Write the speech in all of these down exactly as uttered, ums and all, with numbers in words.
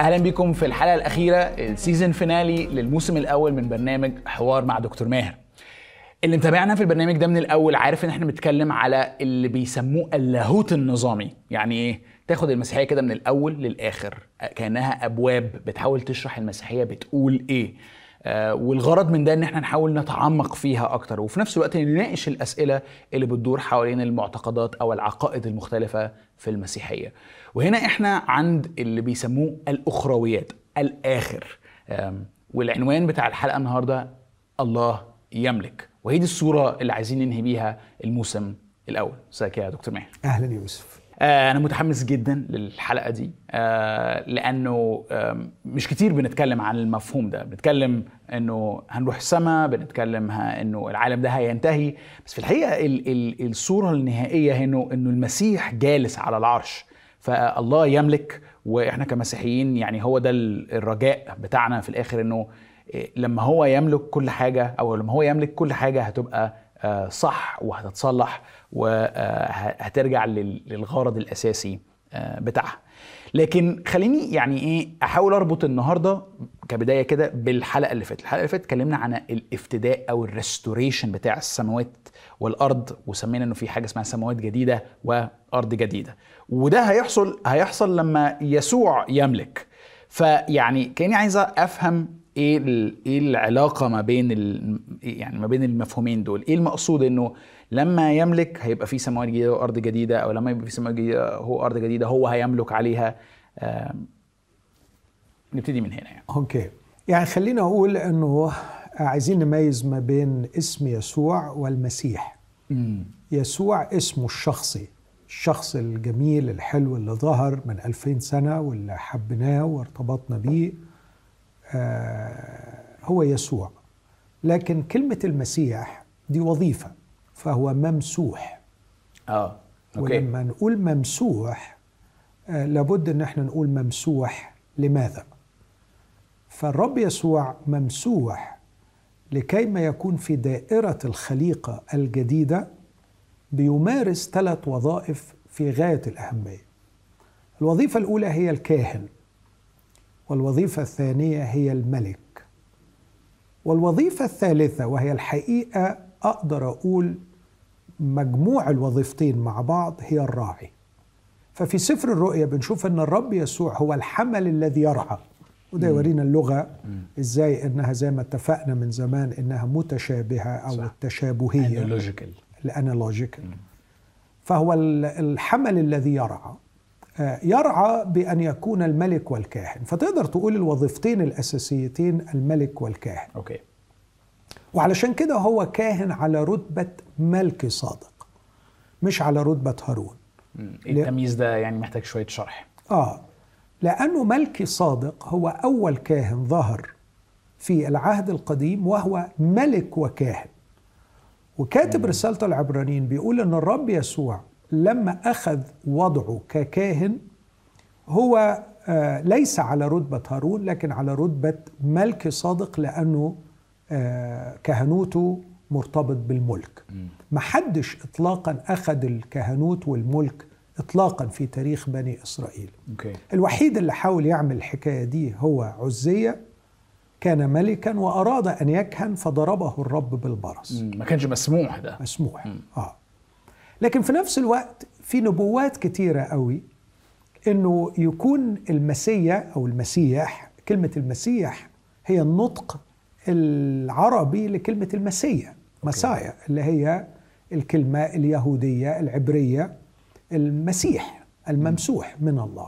اهلا بكم في الحلقه الاخيره السيزون فينالي للموسم الاول من برنامج حوار مع دكتور ماهر. اللي متابعنا في البرنامج ده من الاول عارف ان احنا بنتكلم على اللي بيسموه اللاهوت النظامي. يعني ايه؟ تاخد المسيحيه كده من الاول للاخر كانها ابواب بتحاول تشرح المسيحيه بتقول ايه. آه والغرض من ده ان احنا نحاول نتعمق فيها اكتر، وفي نفس الوقت نناقش الاسئله اللي بتدور حوالين المعتقدات او العقائد المختلفه في المسيحيه. وهنا احنا عند اللي بيسموه الاخرويات، الاخر. والعنوان بتاع الحلقه النهارده الله يملك، وهي دي الصوره اللي عايزين ننهي بيها الموسم الاول. ازيك يا دكتور ماهر؟ اهلا يوسف. آه انا متحمس جدا للحلقه دي، آه لانه آه مش كتير بنتكلم عن المفهوم ده. بنتكلم انه هنروح السما، بنتكلم انه العالم ده هينتهي، بس في الحقيقه ال ال الصوره النهائيه انه انه المسيح جالس على العرش، فالله يملك. واحنا كمسيحيين يعني هو ده الرجاء بتاعنا في الاخر، انه لما هو يملك كل حاجه، او لما هو يملك كل حاجه هتبقى صح وهتتصلح وهترجع للغرض الاساسي بتاعها. لكن خليني يعني ايه احاول اربط النهارده كبدايه كده بالحلقه اللي فاتت. الحلقه اللي فاتت اتكلمنا عن الافتداء او الريستوريشن بتاع السماوات والارض، وسمينا انه في حاجه اسمها سماوات جديده وارض جديده، وده هيحصل هيحصل لما يسوع يملك. فيعني كاني عايز افهم ايه ايه العلاقه ما بين يعني ما بين المفهومين دول. ايه المقصود انه لما يملك هيبقى في سماوات جديده وارض جديده، او لما يبقى في سماوات جديده هو ارض جديده هو هيملك عليها؟ آه نبتدي من هنا يعني. اوكي، يعني خلينا اقول انه عايزين نميز ما بين اسم يسوع والمسيح. مم. يسوع اسمه الشخصي، الشخص الجميل الحلو اللي ظهر من ألفين سنة واللي حبناه وارتبطنا بيه، آه هو يسوع. لكن كلمة المسيح دي وظيفة، فهو ممسوح. اه أوكي. ولما نقول ممسوح آه لابد ان احنا نقول ممسوح لماذا؟ فالرب يسوع ممسوح لكي ما يكون في دائرة الخليقة الجديدة بيمارس ثلاث وظائف في غاية الأهمية. الوظيفة الأولى هي الكاهن، والوظيفة الثانية هي الملك، والوظيفة الثالثة وهي الحقيقة أقدر أقول مجموع الوظيفتين مع بعض هي الراعي. ففي سفر الرؤيا بنشوف أن الرب يسوع هو الحمل الذي يرعى، وده يورينا اللغة إزاي إنها زي ما اتفقنا من زمان إنها متشابهة أو صح. التشابهية الأنالوجيكال. فهو الحمل الذي يرعى يرعى بأن يكون الملك والكاهن. فتقدر تقول الوظيفتين الأساسيتين الملك والكاهن. أوكي. وعلشان كده هو كاهن على رتبة ملك صادق، مش على رتبة هارون. التمييز ده يعني محتاج شوية شرح. آه لأنه ملكي صادق هو أول كاهن ظهر في العهد القديم، وهو ملك وكاهن. وكاتب رسالة العبرانيين بيقول أن الرب يسوع لما أخذ وضعه ككاهن هو آه ليس على رتبة هارون، لكن على رتبة ملك صادق، لأنه آه كهنوته مرتبط بالملك. محدش إطلاقا أخذ الكهنوت والملك إطلاقا في تاريخ بني إسرائيل. أوكي. الوحيد اللي حاول يعمل الحكاية دي هو عزية، كان ملكا وأراد أن يكهن فضربه الرب بالبرص. ما كانش مسموح ده. مسموح. آه. لكن في نفس الوقت في نبوات كتيرة قوي إنه يكون المسيح أو المسيح. كلمة المسيح هي النطق العربي لكلمة المسيح، مسايا، اللي هي الكلمة اليهودية العبرية المسيح الممسوح من الله.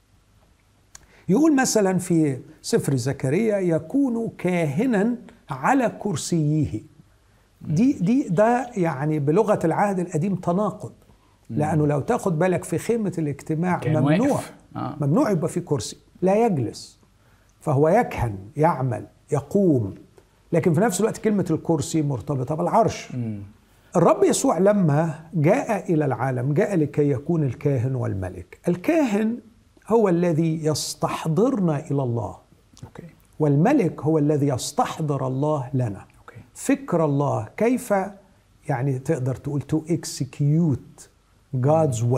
يقول مثلا في سفر زكريا يكون كاهنا على كرسيه. دي دي ده يعني بلغة العهد القديم تناقض، لأنه لو تاخد بالك في خيمة الاجتماع ممنوع آه. ممنوع يبقى في كرسي، لا يجلس، فهو يكهن يعمل يقوم. لكن في نفس الوقت كلمة الكرسي مرتبطة بالعرش. م. الرب يسوع لما جاء إلى العالم جاء لكي يكون الكاهن والملك. الكاهن هو الذي يستحضرنا إلى الله. أوكي. والملك هو الذي يستحضر الله لنا. أوكي. فكر الله كيف يعني تقدر تقول to execute God's will.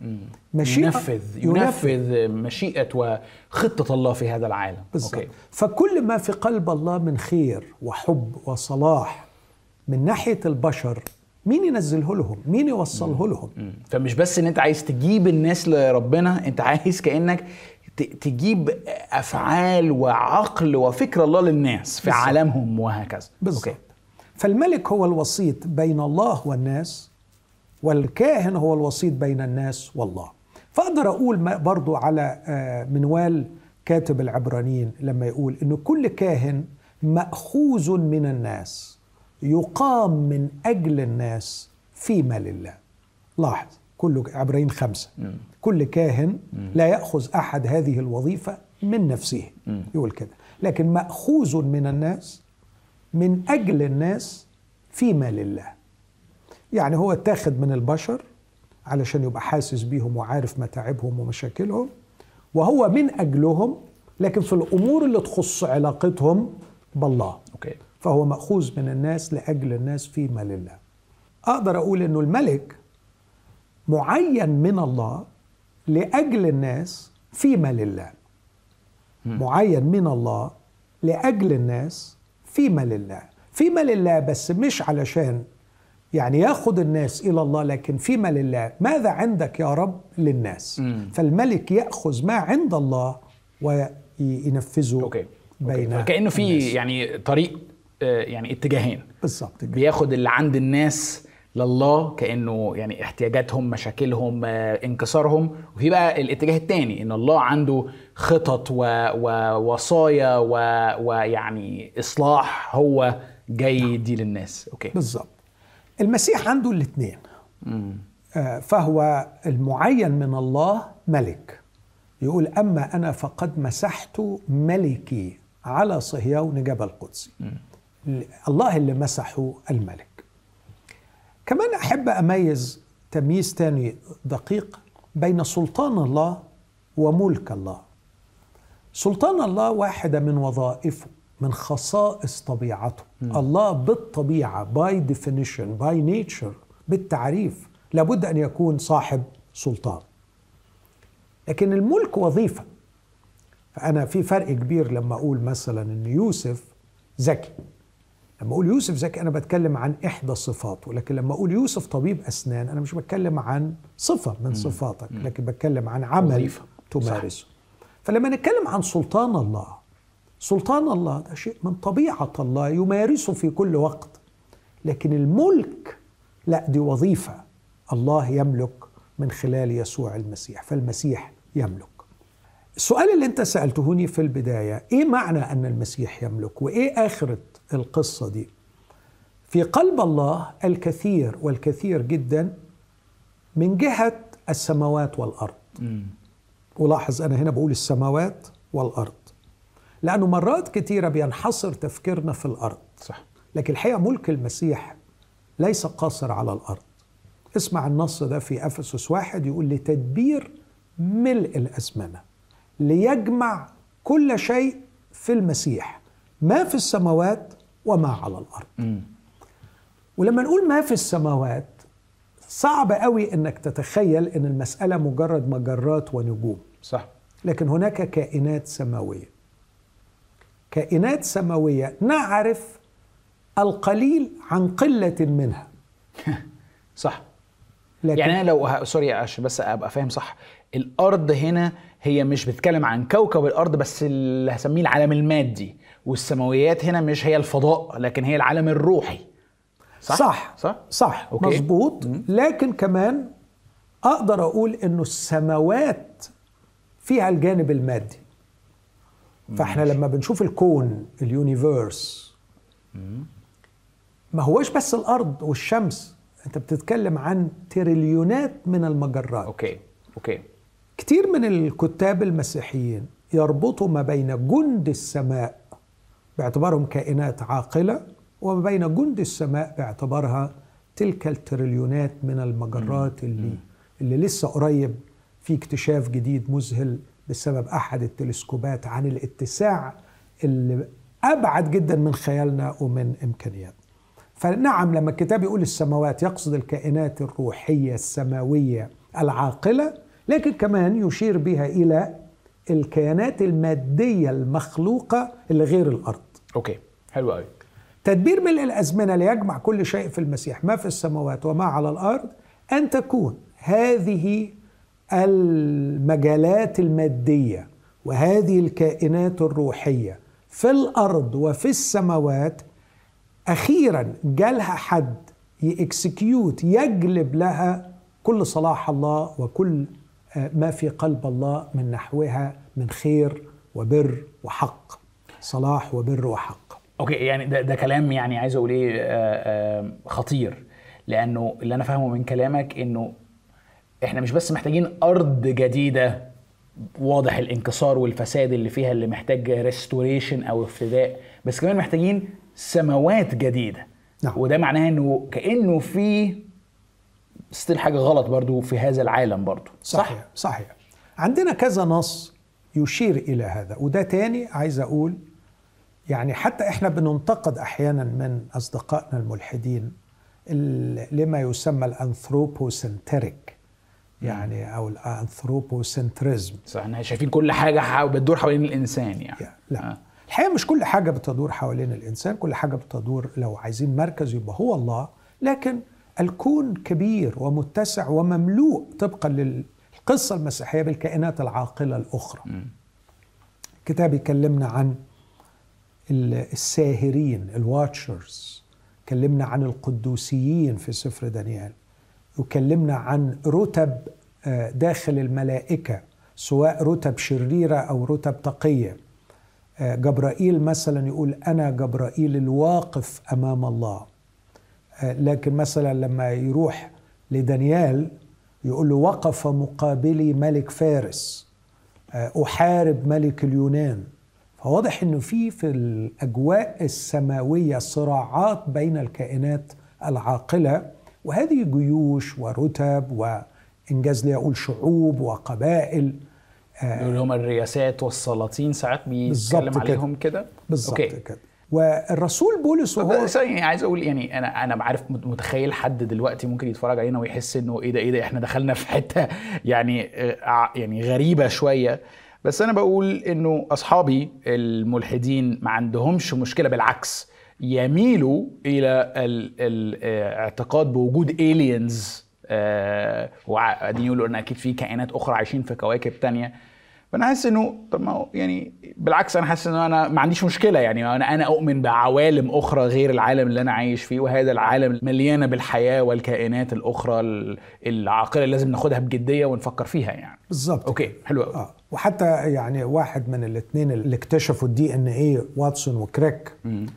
مشيئة ينفذ ينفذ مشيئة وخطة الله في هذا العالم. أوكي. فكل ما في قلب الله من خير وحب وصلاح من ناحية البشر، مين ينزله لهم؟ مين يوصله لهم؟ مم. فمش بس ان انت عايز تجيب الناس لربنا، انت عايز كأنك تجيب أفعال وعقل وفكر الله للناس في بالزبط. عالمهم وهكذا. بالضبط. فالملك هو الوسيط بين الله والناس، والكاهن هو الوسيط بين الناس والله. فأقدر أقول برضو على منوال كاتب العبرانيين لما يقول إنه كل كاهن مأخوذ من الناس يقام من أجل الناس فيما لله. لاحظ كل عبرانيين خمسة م. كل كاهن م. لا يأخذ أحد هذه الوظيفة من نفسه م. يقول كده، لكن مأخوذ من الناس من أجل الناس فيما لله. يعني هو اتاخد من البشر علشان يبقى حاسس بيهم وعارف متاعبهم ومشاكلهم، وهو من أجلهم، لكن في الأمور اللي تخص علاقتهم بالله. أوكي. فهو مأخوذ من الناس لأجل الناس فيما لله. أقدر أقول إنه الملك معين من الله لأجل الناس فيما لله. م. معين من الله لأجل الناس فيما لله. فيما لله بس مش علشان يعني ياخد الناس إلى الله، لكن فيما لله ماذا عندك يا رب للناس. م. فالملك يأخذ ما عند الله وينفذه. أوكي. بين أوكي. كأنه في يعني طريق يعني اتجاهين بالظبط، بياخد اللي عند الناس لله كأنه يعني احتياجاتهم، مشاكلهم، انكسارهم، وفي بقى الاتجاه الثاني ان الله عنده خطط ووصايا ويعني اصلاح هو جاي دي للناس. اوكي بالظبط. المسيح عنده الاثنين، فهو المعين من الله ملك. يقول اما انا فقد مسحت ملكي على صهيون جبل قدسي. الله اللي مسحه الملك. كمان أحب أميز تمييز تاني دقيق بين سلطان الله وملك الله. سلطان الله واحدة من وظائفه، من خصائص طبيعته. م. الله بالطبيعة by definition by nature بالتعريف لابد أن يكون صاحب سلطان، لكن الملك وظيفة. فأنا في فرق كبير لما أقول مثلا أن يوسف ذكي. لما أقول يوسف ذكي أنا بتكلم عن إحدى صفاته، لكن لما أقول يوسف طبيب أسنان أنا مش بتكلم عن صفة من صفاتك، لكن بتكلم عن عمل تمارسه. فلما نتكلم عن سلطان الله، سلطان الله ده شيء من طبيعة الله يمارسه في كل وقت، لكن الملك لا، دي وظيفة الله يملك من خلال يسوع المسيح، فالمسيح يملك. السؤال اللي انت سألتهوني في البداية، ايه معنى ان المسيح يملك وايه آخرة القصة دي؟ في قلب الله الكثير والكثير جدا من جهة السماوات والأرض. م. ولاحظ أنا هنا بقول السماوات والأرض لأنه مرات كثيرة بينحصر تفكيرنا في الأرض. صح. لكن الحقيقة ملك المسيح ليس قاصر على الأرض. اسمع النص ده في أفسس واحد، يقول لتدبير ملء الأزمنة ليجمع كل شيء في المسيح، ما في السماوات وما على الأرض. م. ولما نقول ما في السماوات صعب قوي انك تتخيل ان المسألة مجرد مجرات ونجوم. صح. لكن هناك كائنات سماوية، كائنات سماوية نعرف القليل عن قلة منها. صح. يعني أنا لو سوري عشان بس أبقى فاهم صح، الأرض هنا هي مش بتتكلم عن كوكب الأرض بس اللي هسميه العالم المادي، والسماويات هنا مش هي الفضاء لكن هي العالم الروحي. صح؟ صح صح, صح. مظبوط. لكن كمان أقدر أقول إنه السماوات فيها الجانب المادي. فإحنا لما بنشوف الكون اليونيفيرس ما هوش بس الأرض والشمس، أنت بتتكلم عن تريليونات من المجرات. أوكي أوكي. كتير من الكتاب المسيحيين يربطوا ما بين جند السماء باعتبارهم كائنات عاقلة وما بين جند السماء باعتبارها تلك التريليونات من المجرات اللي, اللي لسه قريب في اكتشاف جديد مذهل بسبب أحد التلسكوبات عن الاتساع اللي أبعد جدا من خيالنا ومن إمكانيات. فنعم لما الكتاب يقول السماوات يقصد الكائنات الروحية السماوية العاقلة، لكن كمان يشير بها إلى الكيانات المادية المخلوقة اللي غير الأرض. أوكي، حلو قوي. تدبير ملء الأزمنة ليجمع كل شيء في المسيح، ما في السماوات وما على الأرض، أن تكون هذه المجالات المادية وهذه الكائنات الروحية في الأرض وفي السماوات أخيرا جالها حد يكسكيوت، يجلب لها كل صلاح الله وكل ما في قلب الله من نحوها من خير وبر وحق، صلاح وبر وحق. اوكي، يعني ده, ده كلام يعني عايز اقول ايه خطير، لانه اللي انا فاهمه من كلامك انه احنا مش بس محتاجين ارض جديده واضح الانكسار والفساد اللي فيها اللي محتاج ريستوريشن او افتداء، بس كمان محتاجين سماوات جديده. نعم. وده معناه انه كانه في ستيل حاجه غلط برضو في هذا العالم برضو. صحيح صح؟ صحيح. عندنا كذا نص يشير الى هذا. وده تاني عايز اقول يعني حتى احنا بننتقد احيانا من اصدقائنا الملحدين لما يسمى الانثروبوسنتريك، يعني او الانثروبوسنتريزم. صح، احنا شايفين كل حاجه بتدور حوالين الانسان يعني. لا آه. الحقيقه مش كل حاجه بتدور حوالين الانسان، كل حاجه بتدور، لو عايزين مركز يبقى هو الله، لكن الكون كبير ومتسع ومملوء طبقا للقصه المسيحيه بالكائنات العاقله الاخرى. م. الكتاب يكلمنا عن الساهرين الواتشرز، كلمنا عن القدوسيين في سفر دانيال، وكلمنا عن رتب داخل الملائكة سواء رتب شريرة أو رتب تقية. جبرائيل مثلا يقول أنا جبرائيل الواقف أمام الله، لكن مثلا لما يروح لدانيال يقول له وقف مقابلي ملك فارس، أحارب ملك اليونان. فواضح أنه في في الأجواء السماوية صراعات بين الكائنات العاقلة، وهذه جيوش ورتب وإنجاز لي أقول شعوب وقبائل، اللي هم الرياسات والسلاطين ساعات بيتكلم عليهم كده. بالظبط كده. والرسول بولس وهو يعني عايز اقول يعني انا انا بعرف متخيل حد دلوقتي ممكن يتفرج علينا ويحس انه ايه ده ايه ده احنا دخلنا في حته يعني يعني غريبه شويه، بس انا بقول انه اصحابي الملحدين ما عندهمش مشكله، بالعكس يميلوا الى الاعتقاد بوجود aliens، وقاعدين يقولوا ان اكيد في كائنات اخرى عايشين في كواكب تانية. فانا حاسس انه طب ما يعني بالعكس انا حاسس ان انا ما عنديش مشكله، يعني انا انا اؤمن بعوالم اخرى غير العالم اللي انا عايش فيه، وهذا العالم مليانه بالحياه والكائنات الاخرى العاقله لازم ناخدها بجديه ونفكر فيها يعني. بالظبط. اوكي حلو قوي. آه. وحتى يعني واحد من الاثنين اللي اكتشفوا الدي ان ايه، واتسون وكريك،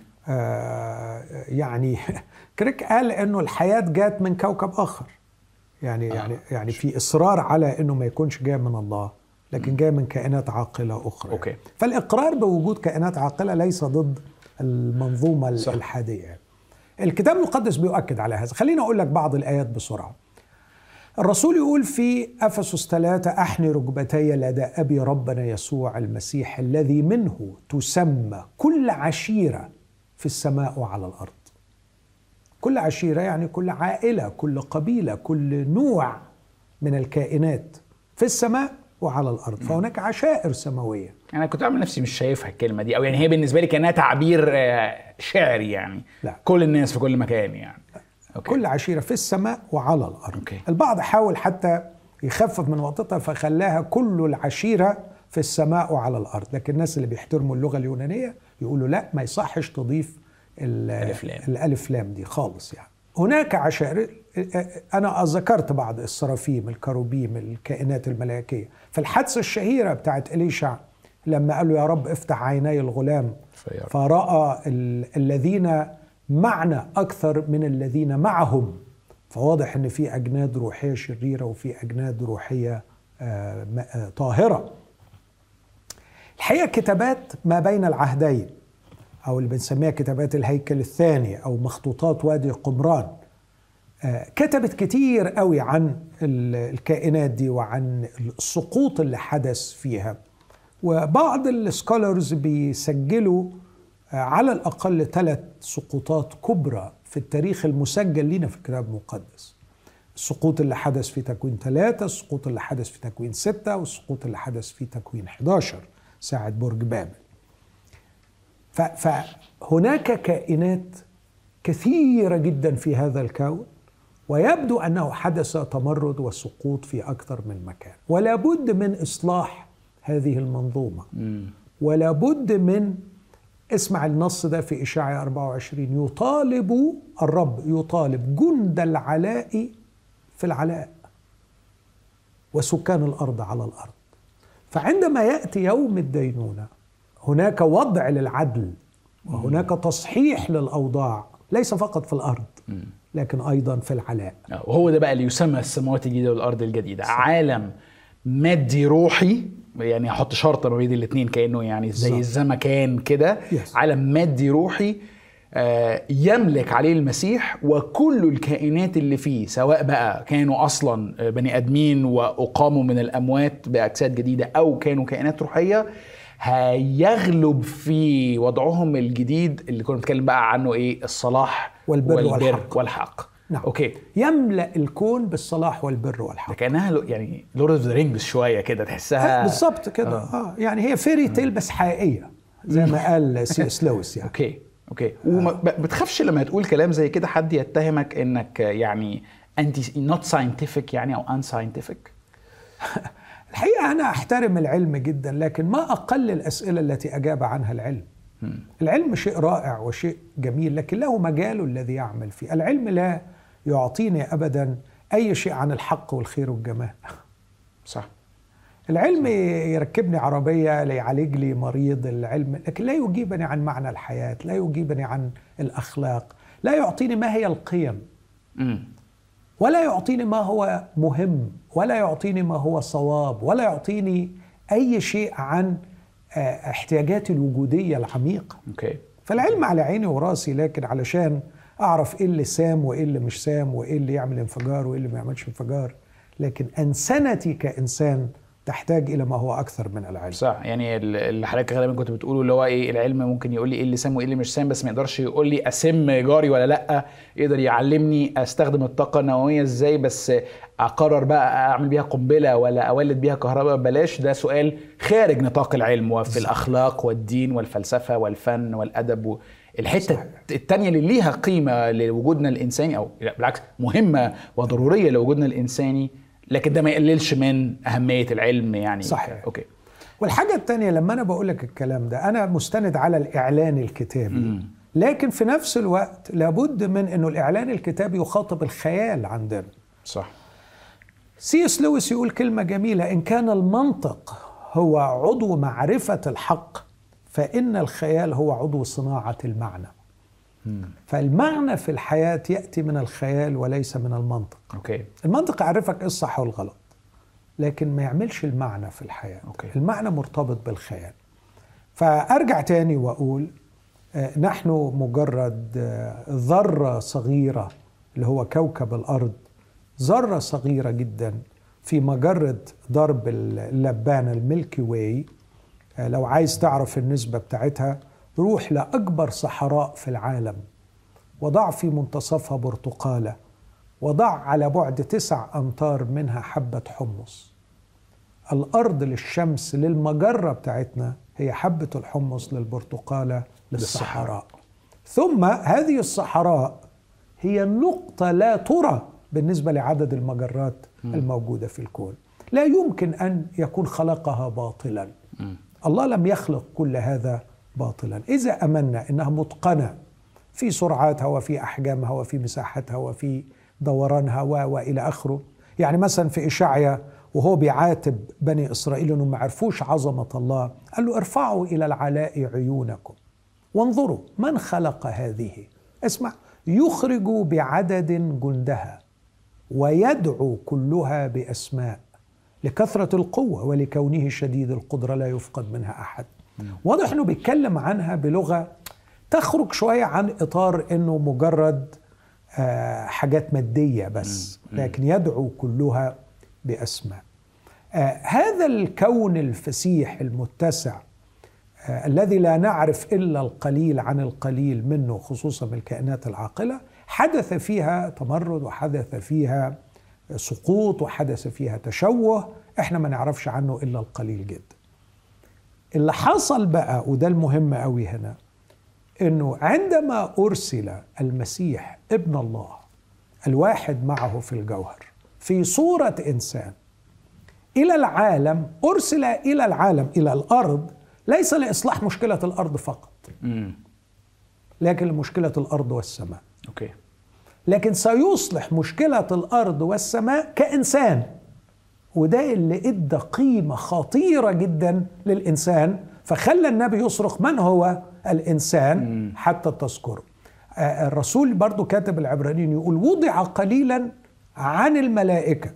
آه يعني كريك قال انه الحياه جات من كوكب اخر، يعني آه. يعني يعني في اصرار على انه ما يكونش جاي من الله، لكن جاي من كائنات عاقله اخرى. أوكي. فالاقرار بوجود كائنات عاقله ليس ضد المنظومه صح. الحاديه. الكتاب المقدس بيؤكد على هذا. خليني اقول لك بعض الايات بسرعه. الرسول يقول في أفسس ثلاثة أحني ركبتي لدى أبي ربنا يسوع المسيح الذي منه تسمى كل عشيرة في السماء وعلى الأرض. كل عشيرة يعني كل عائلة، كل قبيلة، كل نوع من الكائنات في السماء وعلى الأرض. فهناك عشائر سماوية. أنا كنت أعمل نفسي مش شايفها الكلمة دي، أو يعني هي بالنسبة لي كأنها تعبير شعري يعني. لا. كل الناس في كل مكان يعني. أوكي. كل عشيرة في السماء وعلى الأرض. أوكي. البعض حاول حتى يخفف من وطئتها فخلاها كل العشيرة في السماء وعلى الأرض، لكن الناس اللي بيحترموا اللغة اليونانية يقولوا لا، ما يصحش تضيف الألف لام دي خالص يعني. هناك عشائر، أنا ذكرت بعض السرافيم، الكروبيم، الكائنات الملائكية. في الحادثة الشهيرة بتاعت إليشع لما قال له يا رب افتح عيني الغلام فرأى الذين معنا أكثر من الذين معهم، فواضح أن في أجناد روحية شريرة وفي أجناد روحية طاهرة. الحقيقة كتابات ما بين العهدين أو اللي بنسميها كتابات الهيكل الثاني أو مخطوطات وادي قمران كتبت كتير قوي عن الكائنات دي وعن السقوط اللي حدث فيها، وبعض السكولرز بيسجلوا على الأقل ثلاث سقوطات كبرى في التاريخ المسجل لنا في الكتاب المقدس. السقوط اللي حدث في تكوين ثلاثة، السقوط اللي حدث في تكوين ستة، والسقوط اللي حدث في تكوين إحدى عشر ساعة برج بابل. فهناك كائنات كثيرة جدا في هذا الكون، ويبدو أنه حدث تمرد وسقوط في أكثر من مكان، ولا بد من إصلاح هذه المنظومة. ولا بد من، اسمع النص ده في إشاعية أربعة وعشرين، يطالب الرب يطالب جند العلاء في العلاء وسكان الأرض على الأرض. فعندما يأتي يوم الدينونة هناك وضع للعدل وهناك تصحيح للأوضاع، ليس فقط في الأرض لكن أيضا في العلاء. وهو ده بقى اللي يسمى السماوات الجديدة والأرض الجديدة. صح. عالم مادي روحي، يعني هحط شرط ما بين الاثنين كأنه يعني زي الزمكان كده. yes. عالم مادي روحي يملك عليه المسيح وكل الكائنات اللي فيه، سواء بقى كانوا أصلا بني أدمين وأقاموا من الأموات بأجساد جديدة أو كانوا كائنات روحية، هيغلب في وضعهم الجديد اللي كنا بنتكلم بقى عنه ايه، الصلاح والبر, والبر والحق, والحق. نعم. اوكي، يملأ الكون بالصلاح والبر والحق. كأنها يعني لورد اوف ذا رينجز شويه كده، تحسها بالظبط كده. آه. اه يعني هي فيري تيل بس حقيقيه زي ما قال سي اس لويس يعني. اوكي اوكي وما بتخافش لما تقول كلام زي كده حد يتهمك انك يعني انت نوت ساينتفك يعني او ان ساينتفك؟ الحقيقة أنا أحترم العلم جدا، لكن ما أقل الأسئلة التي أجاب عنها العلم. م. العلم شيء رائع وشيء جميل، لكن له مجاله الذي يعمل فيه. العلم لا يعطيني أبدا أي شيء عن الحق والخير والجمال. صح. العلم يركبني عربية، ليعالج لي مريض، العلم لكن لا يجيبني عن معنى الحياة، لا يجيبني عن الأخلاق، لا يعطيني ما هي القيم. م. ولا يعطيني ما هو مهم، ولا يعطيني ما هو صواب، ولا يعطيني أي شيء عن احتياجاتي الوجودية العميقة. okay. فالعلم على عيني وراسي، لكن علشان أعرف إيه اللي سام وإيه اللي مش سام، وإيه اللي يعمل انفجار وإيه اللي ما يعملش انفجار. لكن أنسنتي كإنسان تحتاج إلى ما هو أكثر من العلم. صح. يعني اللي حضرتك غالبا كنت بتقوله اللي هو إيه، العلم ممكن يقول لي إيه اللي سام وإيه اللي مش سام، بس ما يقدرش يقول لي أسم جاري ولا لأ. يقدر يعلمني أستخدم الطاقة النووية إزاي، بس أقرر بقى أعمل بيها قنبلة ولا أولد بيها كهرباء بلاش، ده سؤال خارج نطاق العلم. وفي الأخلاق والدين والفلسفة والفن والأدب الحتة التانية اللي ليها قيمة لوجودنا الإنساني، أو بالعكس مهمة وضرورية لوجودنا الإنساني، لكن ده ما يقللش من أهمية العلم يعني. صحيح. أوكي. والحاجة التانية، لما أنا بقولك الكلام ده أنا مستند على الإعلان الكتابي. م. لكن في نفس الوقت لابد من أنه الإعلان الكتابي يخاطب الخيال عندنا. صح. سي اس لويس يقول كلمة جميلة: إن كان المنطق هو عضو معرفة الحق، فإن الخيال هو عضو صناعة المعنى. فالمعنى في الحياة يأتي من الخيال وليس من المنطق. أوكي. المنطق يعرفك إيه الصح والغلط، لكن ما يعملش المعنى في الحياة. أوكي. المعنى مرتبط بالخيال. فأرجع تاني وأقول آه نحن مجرد آه ذرة صغيرة اللي هو كوكب الأرض، ذرة صغيرة جدا في مجرة درب اللبانة الميلكي واي. آه لو عايز تعرف النسبة بتاعتها، روح لأكبر صحراء في العالم وضع في منتصفها برتقالة، وضع على بعد تسع أمتار منها حبة حمص. الأرض للشمس للمجرة بتاعتنا هي حبة الحمص للبرتقالة للصحراء. ثم هذه الصحراء هي نقطة لا ترى بالنسبة لعدد المجرات م. الموجودة في الكون. لا يمكن أن يكون خلقها باطلا. م. الله لم يخلق كل هذا باطلا. إذا أمنا إنها متقنة في سرعاتها وفي أحجامها وفي مساحتها وفي دورانها وإلى آخره. يعني مثلا في إشعيا وهو بيعاتب بني إسرائيل أنهم ما عرفوش عظمة الله، قال له: ارفعوا إلى العلاء عيونكم وانظروا من خلق هذه. اسمع: يخرج بعدد جندها ويدعو كلها بأسماء، لكثرة القوة ولكونه شديد القدرة لا يفقد منها أحد. واضح أنه بيتكلم عنها بلغة تخرج شوية عن إطار أنه مجرد آه حاجات مادية بس، لكن يدعو كلها بأسماء. آه هذا الكون الفسيح المتسع آه الذي لا نعرف إلا القليل عن القليل منه، خصوصا من الكائنات العاقلة، حدث فيها تمرد وحدث فيها سقوط وحدث فيها تشوه احنا ما نعرفش عنه إلا القليل جدا. اللي حصل بقى وده المهم قوي هنا، انه عندما أرسل المسيح ابن الله الواحد معه في الجوهر في صورة إنسان إلى العالم، أرسل إلى العالم إلى الأرض ليس لإصلاح مشكلة الأرض فقط م. لكن لمشكلة الأرض والسماء. أوكي. لكن سيصلح مشكلة الأرض والسماء كإنسان، وده اللي إدى قيمة خطيرة جدا للإنسان، فخلى النبي يصرخ من هو الإنسان حتى تذكره. الرسول برضو كاتب العبرانيين يقول وضع قليلا عن الملائكة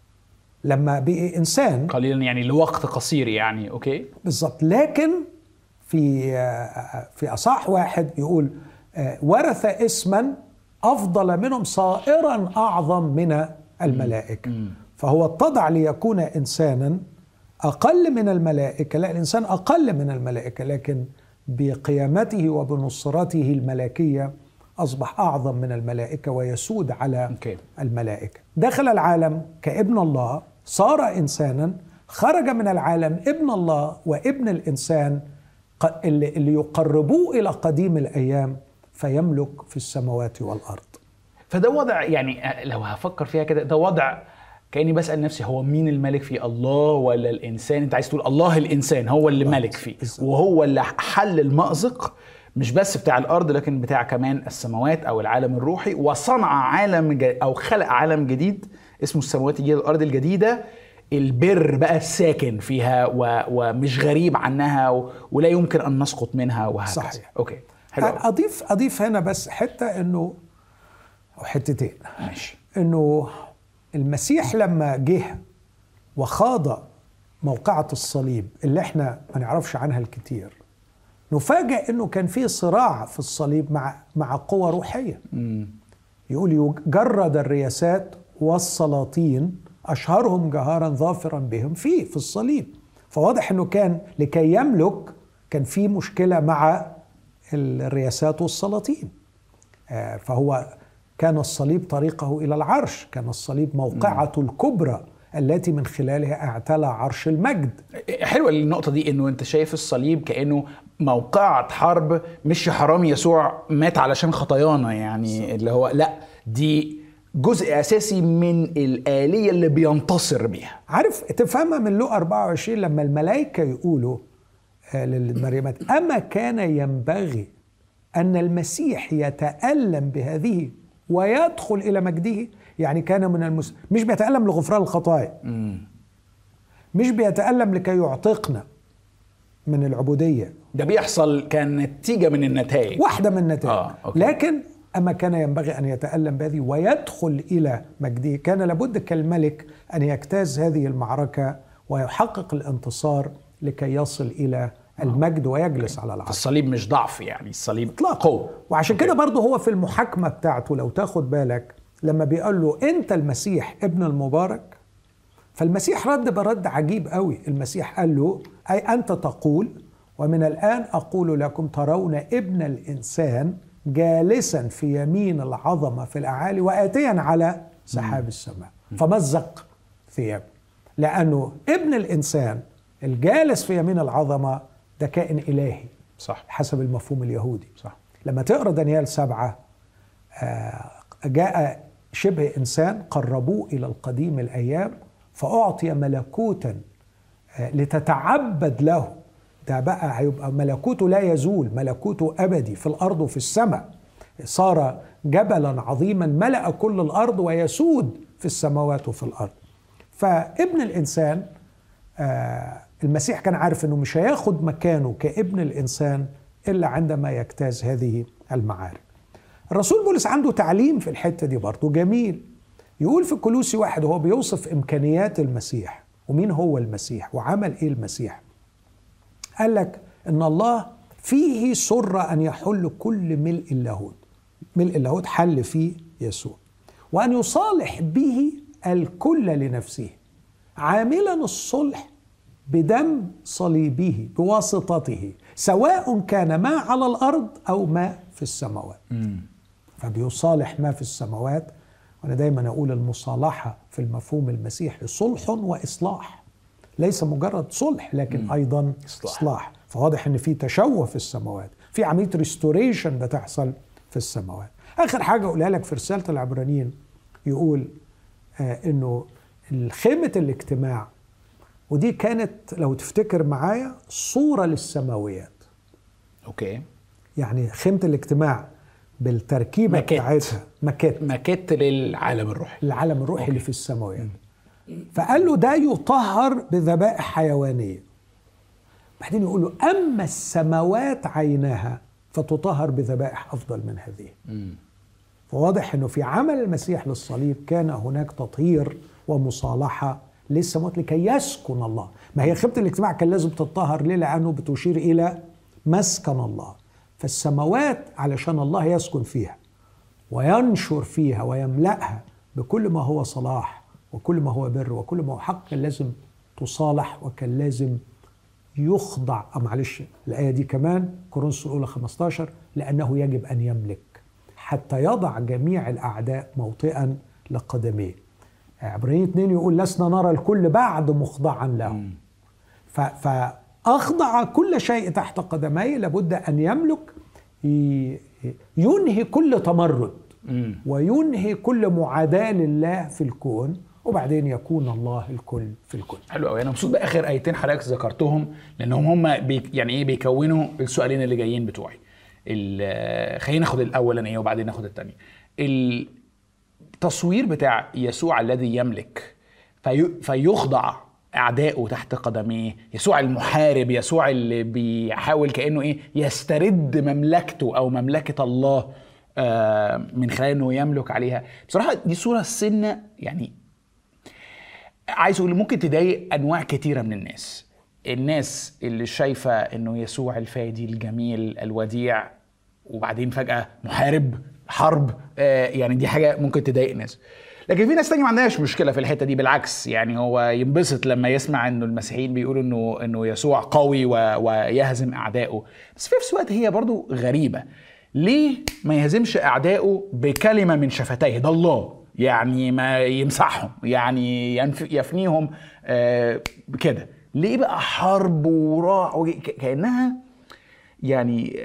لما بقي إنسان، قليلا يعني لوقت قصير يعني. أوكي بالضبط. لكن في في أصح واحد يقول ورث اسما أفضل منهم صائرا أعظم من الملائكة. م. فهو اتضع ليكون إنسانا أقل من الملائكة، لا الإنسان أقل من الملائكة، لكن بقيامته وبنصرته الملائكية أصبح أعظم من الملائكة ويسود على okay. الملائكة. دخل العالم كابن الله، صار إنسانا، خرج من العالم ابن الله وابن الإنسان اللي يقربوه إلى قديم الأيام فيملك في السماوات والأرض. فده وضع يعني لو هفكر فيها كده، ده وضع كأني بسأل نفسي هو مين الملك فيه، الله ولا الإنسان؟ أنت عايز تقول الله الإنسان هو اللي ملك فيه، وهو اللي حل المأزق مش بس بتاع الأرض لكن بتاع كمان السماوات أو العالم الروحي، وصنع عالم أو خلق عالم جديد اسمه السماوات الجديدة الأرض الجديدة، البر بقى الساكن فيها و... ومش غريب عنها و... ولا يمكن أن نسقط منها وهكذا. صحيح. أوكي. حلو. أضيف أضيف هنا بس حتة إنه أو حتتين. ماشي. إنه المسيح لما جه وخاض موقعة الصليب اللي احنا ما نعرفش عنها الكتير، نفاجأ إنه كان فيه صراع في الصليب مع مع قوة روحية. م. يقول يجرد الرياسات والسلاطين أشهرهم جهارا ظافرا بهم فيه في الصليب. فواضح إنه كان لكي يملك كان فيه مشكلة مع الرياسات والسلاطين. آه فهو كان الصليب طريقه إلى العرش، كان الصليب موقعة م. الكبرى التي من خلالها اعتلى عرش المجد. حلوة النقطة دي، إنه أنت شايف الصليب كأنه موقعة حرب، مش حرام يسوع مات علشان خطايانا يعني، اللي هو لا، دي جزء أساسي من الآلية اللي بينتصر بيها. عارف تفهمها من لوقا أربعة وعشرين لما الملائكة يقولوا للمريمات أما كان ينبغي أن المسيح يتألم بهذه ويدخل إلى مجده. يعني كان من المس... مش بيتألم لغفران الخطايا، مش بيتألم لكي يعتقنا من العبودية، ده بيحصل كان نتيجة من النتائج، واحدة من النتائج. آه، لكن أما كان ينبغي أن يتألم بهذه ويدخل إلى مجده، كان لابد كالملك أن يجتاز هذه المعركة ويحقق الانتصار لكي يصل إلى المجد ويجلس على العرش. الصليب مش ضعف يعني، الصليب قوة. وعشان كده برضه هو في المحاكمة بتاعته لو تاخد بالك لما بيقول له أنت المسيح ابن المبارك، فالمسيح رد برد عجيب قوي. المسيح قال له أي أنت تقول ومن الآن أقول لكم ترون ابن الإنسان جالسا في يمين العظمة في الأعالي وآتيا على سحاب السماء. فمزق ثيابه، لأنه ابن الإنسان الجالس في يمين العظمة ده كائن إلهي، صح، حسب المفهوم اليهودي. صح. لما تقرأ دانيال سبعة جاء شبه إنسان قربوه إلى القديم الأيام فأعطي ملكوتا لتتعبد له. ده بقى هيبقى ملكوته لا يزول، ملكوته أبدي في الأرض وفي السماء. صار جبلا عظيما ملأ كل الأرض ويسود في السماوات وفي الأرض. فابن الإنسان آه المسيح كان عارف أنه مش هياخد مكانه كابن الإنسان إلا عندما يجتاز هذه المعارك. الرسول بولس عنده تعليم في الحتة دي برضو جميل. يقول في كولوسي واحد وهو بيوصف إمكانيات المسيح ومين هو المسيح وعمل إيه المسيح، قال لك إن الله فيه سر أن يحل كل ملء اللاهوت. ملء اللاهوت حل فيه يسوع، وأن يصالح به الكل لنفسه عاملا الصلح بدم صليبه بواسطته، سواء كان ما على الأرض أو ما في السماوات. م. فبيصالح ما في السماوات وأنا دايما أقول المصالحة في المفهوم المسيحي صلح وإصلاح، ليس مجرد صلح لكن م. أيضا إصلاح. إصلاح. فواضح أن في تشوه في السماوات، في عملية ريستوريشن بتحصل في السماوات. آخر حاجة أقولها لك في رسالة العبرانيين يقول آه إنه خيمة الاجتماع، ودي كانت لو تفتكر معايا صورة للسماويات. أوكي. يعني خيمة الاجتماع بالتركيبة ماكيت. بتاعتها ماكيت ماكيت للعالم الروحي، العالم الروحي أوكي. اللي في السماوات. فقال له ده يطهر بذبائح حيوانية. بعدين يقول له أما السماوات عينها فتطهر بذبائح أفضل من هذه. م. فواضح أنه في عمل المسيح للصليب كان هناك تطهير ومصالحة للسماوات لكي يسكن الله. ما هي خيمة الاجتماع كان لازم تطهر ليه؟ لأنه بتشير إلى مسكن الله. فالسماوات علشان الله يسكن فيها وينشر فيها ويملأها بكل ما هو صلاح وكل ما هو بر وكل ما هو حق، كان لازم تصالح وكان لازم يخضع. أو معلش الآية دي كمان كورنثوس الأولى خمسة عشر، لأنه يجب أن يملك حتى يضع جميع الأعداء موطئا لقدميه. عبرانيين اثنين يقول لسنا نرى الكل بعد مخضعا له. فأخضع كل شيء تحت قدميه، لابد أن يملك، ينهي كل تمرد وينهي كل معاداة لله في الكون، وبعدين يكون الله الكل في الكل. حلو قوي. انا مبسوط باخر ايتين حضرتك ذكرتهم، لانهم هم بي يعني ايه بيكونوا السؤالين اللي جايين بتوعي. خلينا ناخد الاولانيه وبعدين ناخد الثانيه. التصوير بتاع يسوع الذي يملك في فيخضع اعدائه تحت قدميه، يسوع المحارب، يسوع اللي بيحاول كانه ايه يسترد مملكته او مملكه الله من خلال انه يملك عليها. بصراحه دي صوره سنه يعني عايز اقول ممكن تضايق انواع كتيره من الناس. الناس اللي شايفه انه يسوع الفادي الجميل الوديع وبعدين فجاه محارب حرب، آه يعني دي حاجه ممكن تضايق ناس. لكن في ناس تانية ما عندهاش مشكله في الحته دي، بالعكس يعني هو ينبسط لما يسمع انه المسيحيين بيقولوا انه انه يسوع قوي ويهزم اعدائه. بس في نفس الوقت هي برضو غريبه، ليه ما يهزمش اعدائه بكلمه من شفتيه؟ ده الله يعني ما يمسحهم، يعني يفنيهم آه كده. ليه بقى حرب وراع كأنها يعني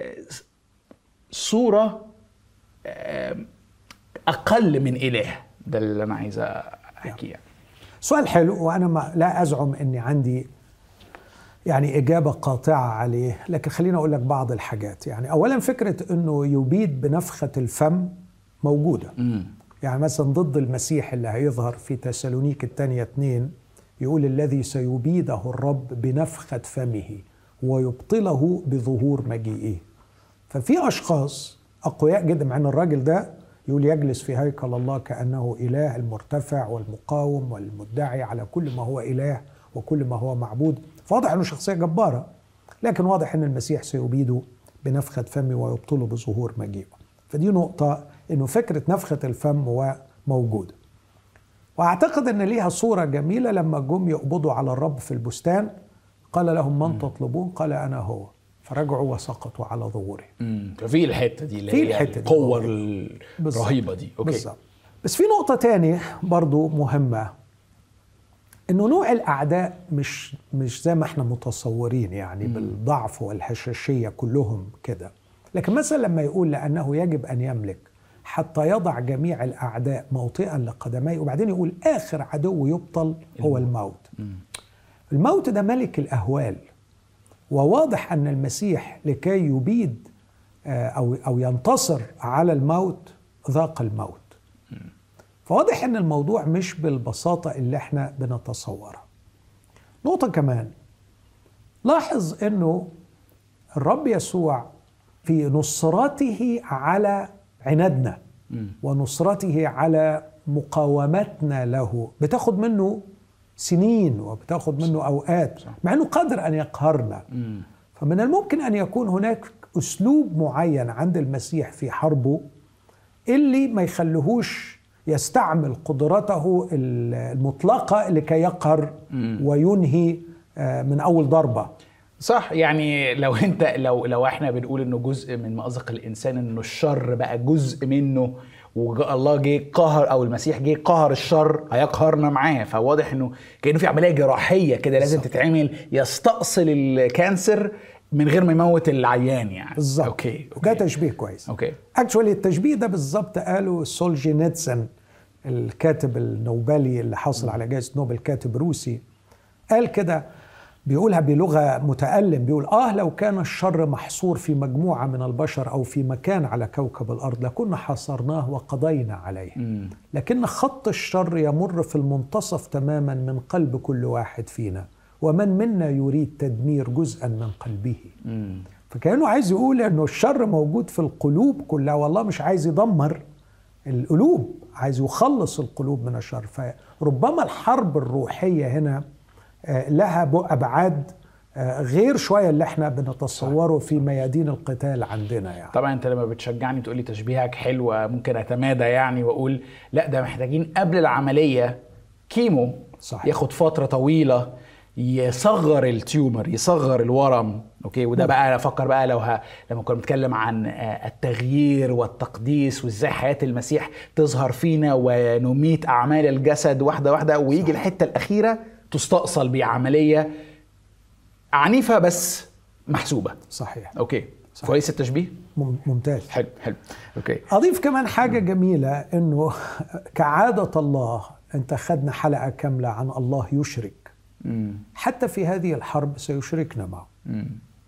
صورة آه أقل من إله؟ ده اللي أنا عايز أحكيه يعني. سؤال حلو، وأنا ما لا أزعم أني عندي يعني إجابة قاطعة عليه، لكن خليني أقول لك بعض الحاجات. يعني أولا فكرة أنه يبيد بنفخة الفم موجودة. م. يعني مثلا ضد المسيح اللي هيظهر في تسالونيك الثانية اثنين يقول الذي سيبيده الرب بنفخة فمه ويبطله بظهور مجيئه. ففي أشخاص أقوياء جدا، مع أن الراجل ده يقول يجلس في هيكل الله كأنه إله المرتفع والمقاوم والمدعي على كل ما هو إله وكل ما هو معبود. فواضح أنه شخصية جبارة، لكن واضح أن المسيح سيبيده بنفخة فمه ويبطله بظهور مجيئه. فدي نقطة، إنه فكرة نفخة الفم موجودة. وأعتقد أن ليها صورة جميلة لما جم يقبضوا على الرب في البستان، قال لهم من تطلبون؟ قال أنا هو، فرجعوا وسقطوا على ظهوره. ففي الحتة دي اللي هي القوة الرهيبة دي. أوكي. بالظبط. بس في نقطة تانية برضو مهمة، إنه نوع الأعداء مش مش زي ما احنا متصورين يعني م. بالضعف والهشاشية كلهم كده. لكن مثلا لما يقول لأنه يجب أن يملك حتى يضع جميع الأعداء موطئا لقدميه، وبعدين يقول آخر عدو يبطل هو الموت. الموت ده ملك الأهوال، وواضح أن المسيح لكي يبيد أو أو ينتصر على الموت ذاق الموت. فواضح أن الموضوع مش بالبساطة اللي احنا بنتصورها. نقطة كمان، لاحظ أنه الرب يسوع في نصرته على عنادنا ونصرته على مقاومتنا له بتاخد منه سنين وبتاخد منه أوقات، مع أنه قادر أن يقهرنا. فمن الممكن أن يكون هناك أسلوب معين عند المسيح في حربه اللي ما يخليهوش يستعمل قدرته المطلقة لكي يقهر وينهي من أول ضربة. صح. يعني لو انت لو لو احنا بنقول انه جزء من مأزق الانسان انه الشر بقى جزء منه والله جه قهر او المسيح جه قهر الشر هيقهرنا معاه. فواضح انه كانه في عمليه جراحيه كده لازم تتعمل يستأصل الكانسر من غير ما يموت العيان يعني. بالظبط. اوكي. أوكي ده تشبيه كويس. اوكي اكشولي التشبيه ده بالظبط قاله سولجينيتسن الكاتب النوبلي اللي حصل على جائزة نوبل، كاتب روسي، قال كده، بيقولها بلغة متألم، بيقول آه لو كان الشر محصور في مجموعة من البشر أو في مكان على كوكب الأرض لكنا حاصرناه وقضينا عليه. م. لكن خط الشر يمر في المنتصف تماما من قلب كل واحد فينا، ومن منا يريد تدمير جزءا من قلبه. م. فكأنه عايز يقول أنه الشر موجود في القلوب كلها، والله مش عايز يدمر القلوب، عايز يخلص القلوب من الشر. فربما الحرب الروحية هنا لها أبعاد غير شوية اللي احنا بنتصوره في ميادين القتال عندنا يعني. طبعا انت لما بتشجعني تقولي تشبيهك حلوة ممكن اتمادى يعني واقول لا ده محتاجين قبل العملية كيمو. صحيح. ياخد فترة طويلة يصغر التيومر، يصغر الورم. اوكي وده بقى افكر بقى لو ها لما كنا بنتكلم عن التغيير والتقديس وازاي حياة المسيح تظهر فينا ونميت اعمال الجسد واحدة واحدة، ويجي الحتة الاخيرة تستأصل بعملية عنيفة بس محسوبة. صحيح. اوكي صحيح. كويس التشبيه، ممتاز. حلو حلو. اوكي اضيف كمان حاجة جميلة، انه كعادة الله انت خدنا حلقة كاملة عن الله يشرك. مم. حتى في هذه الحرب سيشركنا معه. مم.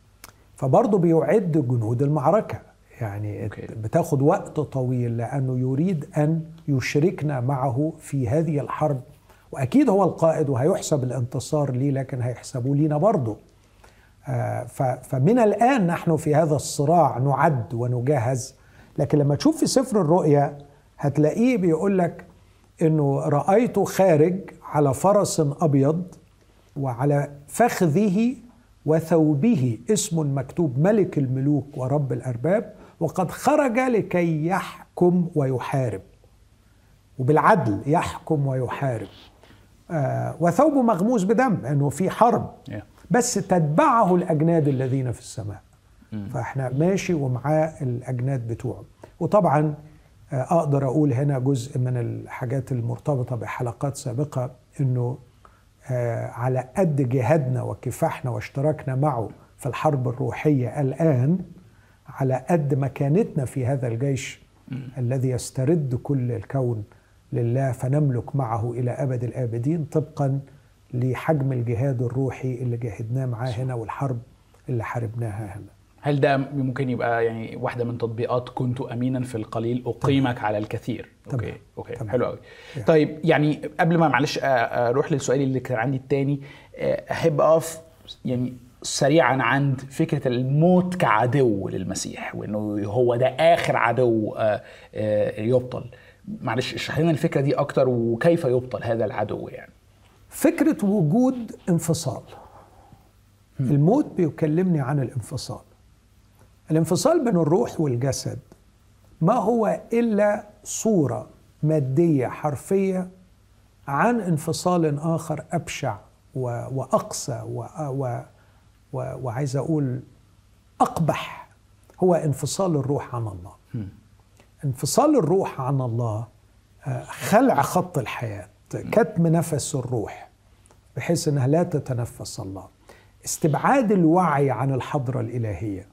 فبرضه بيعد جنود المعركة يعني. أوكي. بتاخد وقت طويل لأنه يريد أن يشركنا معه في هذه الحرب، وأكيد هو القائد وهيحسب الانتصار ليه، لكن هيحسبوا لينا برضه. آه فمن الآن نحن في هذا الصراع نعد ونجهز. لكن لما تشوف في سفر الرؤيا هتلاقيه بيقول لك إنه رأيته خارج على فرس أبيض وعلى فخذه وثوبه اسم مكتوب ملك الملوك ورب الأرباب، وقد خرج لكي يحكم ويحارب، وبالعدل يحكم ويحارب. آه وثوبه مغموس بدم، انه في حرب. yeah. بس تتبعه الأجناد الذين في السماء. mm. فاحنا ماشي ومعاه الأجناد بتوعه. وطبعا آه أقدر أقول هنا جزء من الحاجات المرتبطة بحلقات سابقة، انه آه على قد جهادنا وكفاحنا واشتراكنا معه في الحرب الروحية الآن، على قد مكانتنا في هذا الجيش م. الذي يسترد كل الكون لله، فنملك معه إلى أبد الآبدين طبقا لحجم الجهاد الروحي اللي جاهدناه معاه هنا والحرب اللي حاربناها هنا. هل ده ممكن يبقى يعني واحدة من تطبيقات كنت أمينا في القليل أقيمك على الكثير؟ طبعا. أوكي أوكي طبعا. حلو قوي. يعني. طيب يعني قبل ما معلش أروح للسؤال اللي كان عندي التاني، أحب أقف يعني سريعا عند فكرة الموت كعدو للمسيح، وإنه هو ده آخر عدو يبطل. معلش اشرح لنا الفكرة دي أكتر، وكيف يبطل هذا العدو يعني. فكرة وجود انفصال. م. الموت بيكلمني عن الانفصال. الانفصال بين الروح والجسد ما هو إلا صورة مادية حرفية عن انفصال آخر أبشع وأقسى وعايز أقول أقبح، هو انفصال الروح عن الله. م. انفصال الروح عن الله خلع خط الحياة، كتم نفس الروح بحيث أنها لا تتنفس الله، استبعاد الوعي عن الحضرة الإلهية،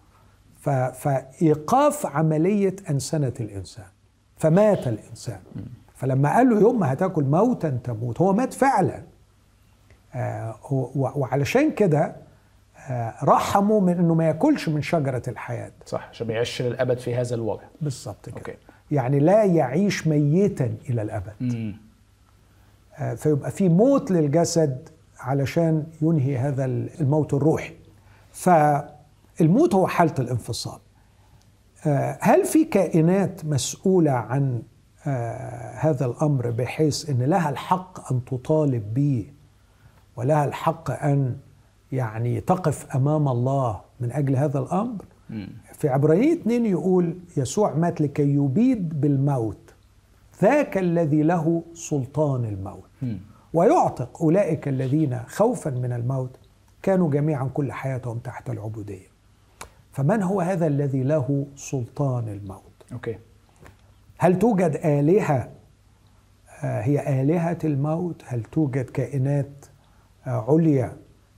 فإيقاف عملية أنسنة الإنسان، فمات الإنسان. فلما قال له يوم ما هتاكل موتا تموت، هو مات فعلا. آه وعلشان كده آه رحمه من أنه ما يأكلش من شجرة الحياة. صح، عشان ما يعيش للأبد في هذا الوضع. بالضبط كده. أوكي. يعني لا يعيش ميتا إلى الأبد. آه فيبقى في موت للجسد علشان ينهي هذا الموت الروحي. فالموت هو حالة الانفصال. آه هل في كائنات مسؤولة عن آه هذا الأمر بحيث أن لها الحق أن تطالب به ولها الحق أن يعني تقف أمام الله من أجل هذا الأمر؟ م. في عبرانيين اتنين يقول يسوع مات لكي يبيد بالموت ذاك الذي له سلطان الموت م. ويعتق أولئك الذين خوفا من الموت كانوا جميعا كل حياتهم تحت العبودية. فمن هو هذا الذي له سلطان الموت؟ أوكي. هل توجد آلهة هي آلهة الموت؟ هل توجد كائنات عليا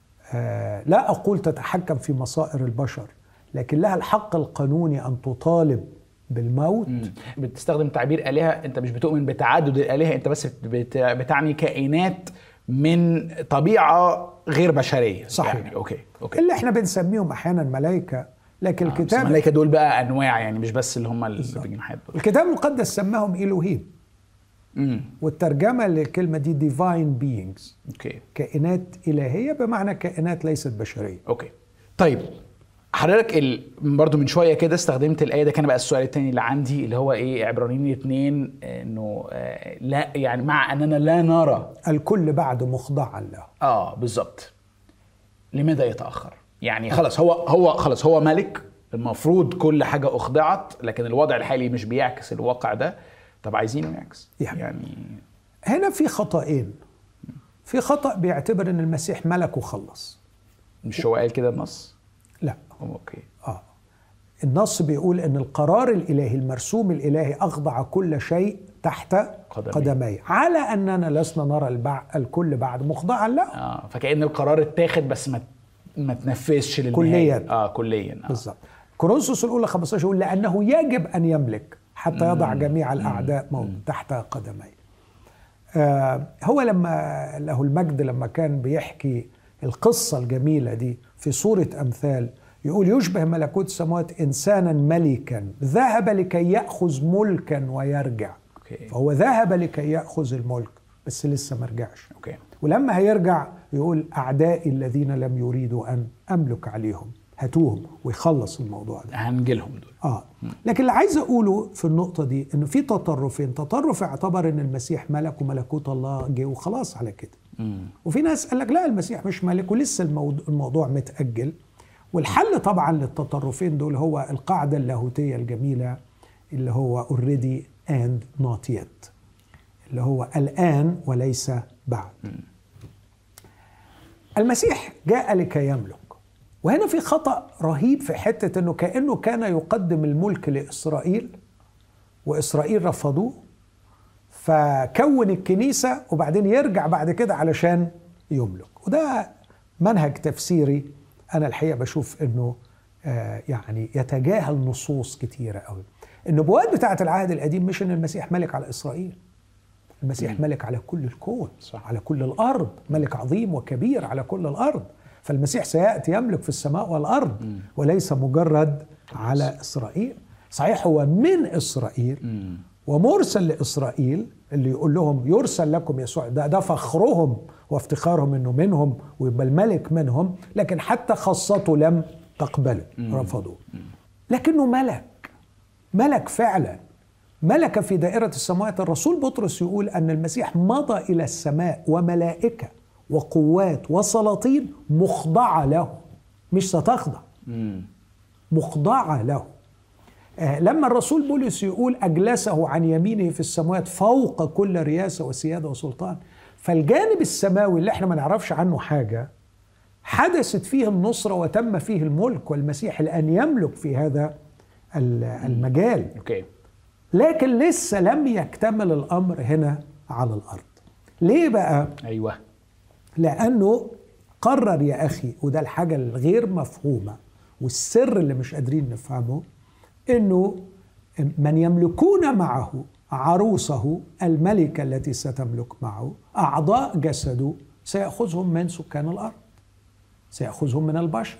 لا أقول تتحكم في مصائر البشر، لكن لها الحق القانوني أن تطالب بالموت؟ بتستخدم تعبير آلهة، أنت مش بتؤمن بتعدد الآلهة، أنت بس بتعني كائنات من طبيعة غير بشرية. صحيح. يعني أوكي. أوكي. اللي احنا بنسميهم أحيانا ملايكة، لكن آه الكتاب الملايكة دول بقى أنواع، يعني مش بس اللي هم اللي بجناحات دول. الكتاب المقدس سماهم إلوهيم، امم والترجمة للكلمة دي divine beings. اوكي. كائنات إلهية بمعنى كائنات ليست بشرية. اوكي. طيب حضرتك ال... برضو من شويه كده استخدمت الايه ده، كان بقى السؤال الثاني اللي عندي اللي هو ايه، عبرانيين اتنين، انه آه لا يعني مع اننا لا نرى الكل بعد مخضعا له. اه بالظبط. لماذا يتاخر؟ يعني خلاص هو هو خلاص هو ملك، المفروض كل حاجه اخضعت، لكن الوضع الحالي مش بيعكس الواقع ده. طب عايزينه يعكس. يعني, يعني هنا في خطأين. في خطأ بيعتبر ان المسيح ملك وخلص. مش هو قال كده النص؟ لا. اوكي. اه النص بيقول ان القرار الالهي، المرسوم الالهي، اخضع كل شيء تحت قدمي، على اننا لسنا نرى البع... الكل بعد مخضعا له. اه فكأن القرار اتاخد بس ما ما تنفذش للنهايه. كليا. اه كليا. آه. بالظبط. كورنثوس الاولى خمسة عشر يقول لانه يجب ان يملك حتى يضع جميع الاعداء موت تحت قدمي. آه هو لما له المجد لما كان بيحكي القصه الجميله دي في سوره امثال، يقول يشبه ملكوت السماوات إنسانا ملكا ذهب لكي يأخذ ملكا ويرجع. أوكي. فهو ذهب لكي يأخذ الملك بس لسه ما رجعش. أوكي. ولما هيرجع يقول أعدائي الذين لم يريدوا أن أملك عليهم هاتوهم، ويخلص الموضوع ده. هنجلهم دول. آه. لكن اللي عايز أقوله في النقطة دي إنه في تطرفين. تطرف اعتبر إن المسيح ملك وملكوت الله جه وخلاص على كده. مم. وفي ناس قال لك لا المسيح مش ملك ولسه الموضوع, الموضوع متأجل. والحل طبعا للتطرفين دول هو القاعدة اللاهوتية الجميلة اللي هو already and not yet، اللي هو الآن وليس بعد. م. المسيح جاء لكي يملك، وهنا في خطأ رهيب في حتة انه كأنه كان يقدم الملك لإسرائيل وإسرائيل رفضوه فكون الكنيسة وبعدين يرجع بعد كده علشان يملك. وده منهج تفسيري أنا الحقيقة بشوف أنه آه يعني يتجاهل نصوص كتيرة قوي. النبوات بتاعة العهد القديم مش أن المسيح ملك على إسرائيل، المسيح م. ملك على كل الكون. صح. على كل الأرض، ملك عظيم وكبير على كل الأرض. فالمسيح سيأتي يملك في السماء والأرض م. وليس مجرد على إسرائيل. صحيح هو من إسرائيل م. ومرسل لإسرائيل، اللي يقول لهم يرسل لكم يسوع، ده, ده فخرهم وافتخارهم انه منهم ويبقى الملك منهم، لكن حتى خاصته لم تقبله، رفضوه. لكنه ملك، ملك فعلا، ملك في دائرة السماوات. الرسول بطرس يقول أن المسيح مضى إلى السماء وملائكة وقوات وسلاطين مخضعة له، مش ستخضع، مخضعة له. آه لما الرسول بولس يقول أجلسه عن يمينه في السماوات فوق كل رياسة وسيادة وسلطان، فالجانب السماوي اللي احنا ما نعرفش عنه حاجة حدثت فيه النصرة وتم فيه الملك، والمسيح الآن يملك في هذا المجال. أوكي. لكن لسه لم يكتمل الأمر هنا على الأرض. ليه بقى؟ أيوة. لأنه قرر يا أخي، وده الحاجة الغير مفهومة والسر اللي مش قادرين نفهمه، إنه من يملكون معه عروسه الملكة التي ستملك معه أعضاء جسده سيأخذهم من سكان الأرض، سيأخذهم من البشر،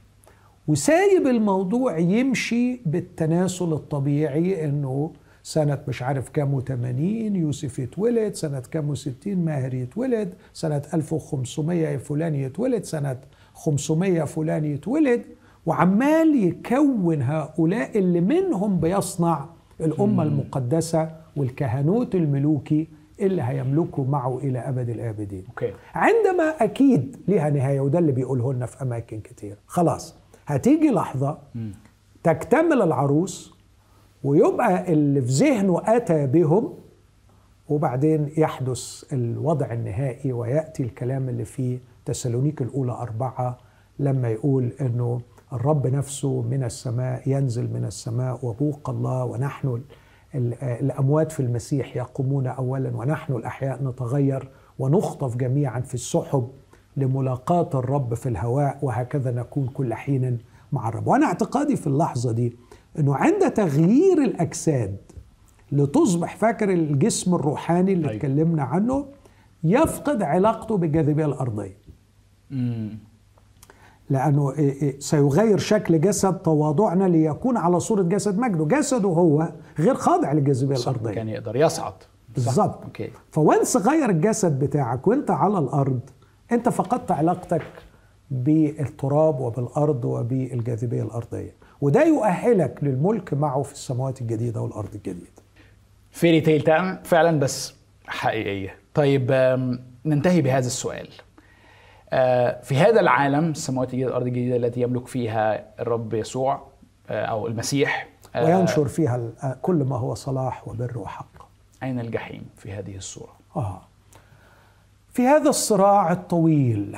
وسايب الموضوع يمشي بالتناسل الطبيعي. إنه سنة مش عارف كام وثمانين يوسف يتولد، سنة كام وستين ماهر يتولد، سنة ألف وخمسمية فلان يتولد، سنة خمسمية فلان يتولد، وعمال يكون هؤلاء اللي منهم بيصنع الأمة المقدسة والكهنوت الملوكي اللي هيملكوا معه إلى أبد الآبدين. أوكي. عندما أكيد لها نهاية، وده اللي بيقوله لنا في أماكن كتير، خلاص هتيجي لحظة م. تكتمل العروس ويبقى اللي في ذهنه أتى بهم، وبعدين يحدث الوضع النهائي ويأتي الكلام اللي في تسالونيك الأولى أربعة لما يقول أنه الرب نفسه من السماء ينزل من السماء وبوق الله ونحن الأموات في المسيح يقومون أولا ونحن الأحياء نتغير ونخطف جميعا في السحب لملاقاة الرب في الهواء، وهكذا نكون كل حين مع الرب. وأنا اعتقادي في اللحظة دي أنه عند تغيير الأجساد لتصبح، فاكر الجسم الروحاني اللي اتكلمنا عنه، يفقد علاقته بالجاذبية الأرضية. مم. لأنه سيغير شكل جسد تواضعنا ليكون على صورة جسد مجده. جسده هو غير خاضع للجاذبية الأرضية، كان يقدر يصعد بالظبط. فوانس غير الجسد بتاعك وانت على الأرض، انت فقدت علاقتك بالتراب وبالأرض وبالجاذبية الأرضية، وده يؤهلك للملك معه في السماوات الجديدة والأرض الجديدة. فيري تيل فعلا، بس حقيقية. طيب ننتهي بهذا السؤال. في هذا العالم، السماوات الجديدة والأرض الجديدة التي يملك فيها الرب يسوع أو المسيح، وينشر فيها كل ما هو صلاح وبر وحق، أين الجحيم في هذه الصورة؟ آه. في هذا الصراع الطويل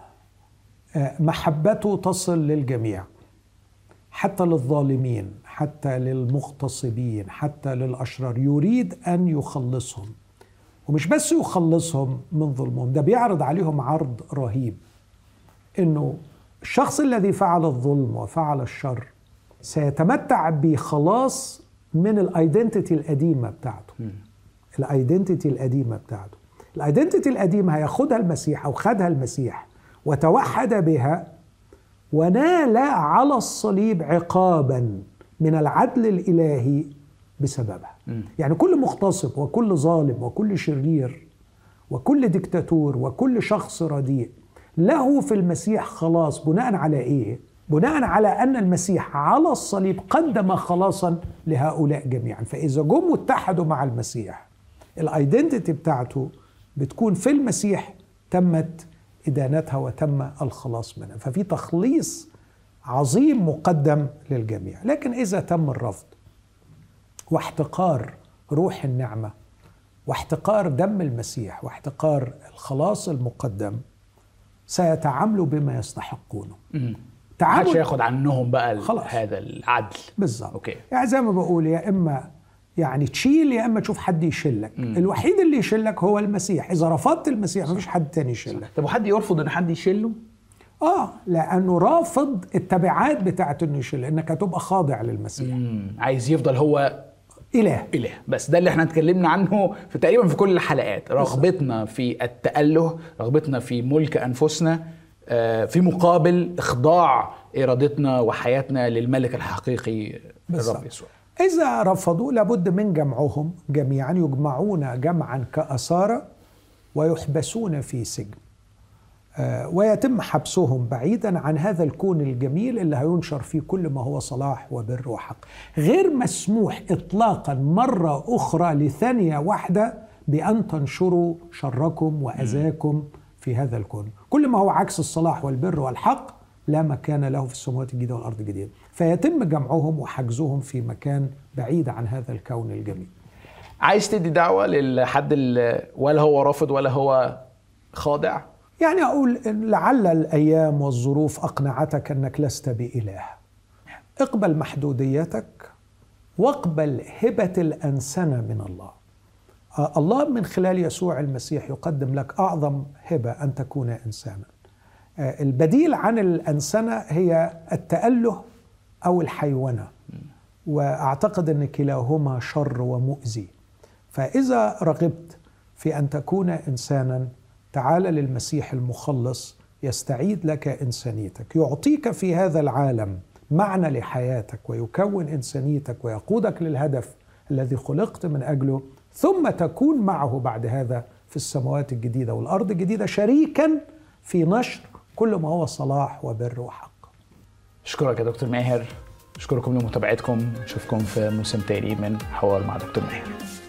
محبته تصل للجميع، حتى للظالمين، حتى للمغتصبين، حتى للأشرار. يريد أن يخلصهم، ومش بس يخلصهم من ظلمهم، ده بيعرض عليهم عرض رهيب، إنه الشخص الذي فعل الظلم وفعل الشر سيتمتع بخلاص من الايدنتيتي القديمة بتاعته. الايدنتيتي القديمة بتاعته الايدنتيتي القديمة هياخدها المسيح أو خدها المسيح وتوحد بها، ونال على الصليب عقابا من العدل الإلهي بسببها. م. يعني كل مغتصب وكل ظالم وكل شرير وكل ديكتاتور وكل شخص رديء له في المسيح خلاص. بناء على إيه؟ بناء على أن المسيح على الصليب قدم خلاصا لهؤلاء جميعا. فإذا جم واتحدوا مع المسيح، الايدنتيتي بتاعته بتكون في المسيح تمت إدانتها وتم الخلاص منها. ففي تخليص عظيم مقدم للجميع. لكن إذا تم الرفض واحتقار روح النعمة واحتقار دم المسيح واحتقار الخلاص المقدم، سيتعاملوا بما يستحقونه. تعامل ياخد عنهم بقى هذا العدل بالظبط. اوكي، يعني زي ما بقول، يا اما يعني تشيل يا اما تشوف حد يشلك. مم. الوحيد اللي يشلك هو المسيح. اذا رفضت المسيح مفيش حد تاني يشلك. طب وحد يرفض ان حد يشله؟ اه، لانه رافض التبعات بتاعته انه يشل، انك هتبقى خاضع للمسيح. مم. عايز يفضل هو إله إله بس. ده اللي احنا اتكلمنا عنه في تقريبا في كل الحلقات. رغبتنا في التأله، رغبتنا في ملك أنفسنا في مقابل إخضاع إرادتنا وحياتنا للملك الحقيقي الرب يسوع. إذا رفضوا لابد من جمعهم جميعا، يجمعون جمعا كأسارى ويحبسون في سجن، ويتم حبسهم بعيدا عن هذا الكون الجميل اللي هينشر فيه كل ما هو صلاح وبر وحق. غير مسموح إطلاقا مرة أخرى لثانية واحدة بأن تنشروا شركم وأذاكم في هذا الكون. كل ما هو عكس الصلاح والبر والحق لا مكان له في السماوات الجديدة والأرض الجديدة. فيتم جمعهم وحجزهم في مكان بعيد عن هذا الكون الجميل. عايز تدي دعوة للحد ولا هو رافض ولا هو خاضع؟ يعني أقول لعل الأيام والظروف أقنعتك أنك لست بإله. اقبل محدوديتك واقبل هبة الأنسنة من الله. الله من خلال يسوع المسيح يقدم لك أعظم هبة، أن تكون إنسانا. البديل عن الأنسنة هي التأله أو الحيوانة، وأعتقد أن كلاهما شر ومؤذي. فإذا رغبت في أن تكون إنسانا، تعال للمسيح المخلص يستعيد لك إنسانيتك، يعطيك في هذا العالم معنى لحياتك ويكون إنسانيتك ويقودك للهدف الذي خلقت من أجله، ثم تكون معه بعد هذا في السماوات الجديدة والأرض الجديدة شريكا في نشر كل ما هو صلاح وبر وحق. أشكرك يا دكتور ماهر، أشكركم لمتابعتكم. نشوفكم في موسم تاني من حوار مع دكتور ماهر.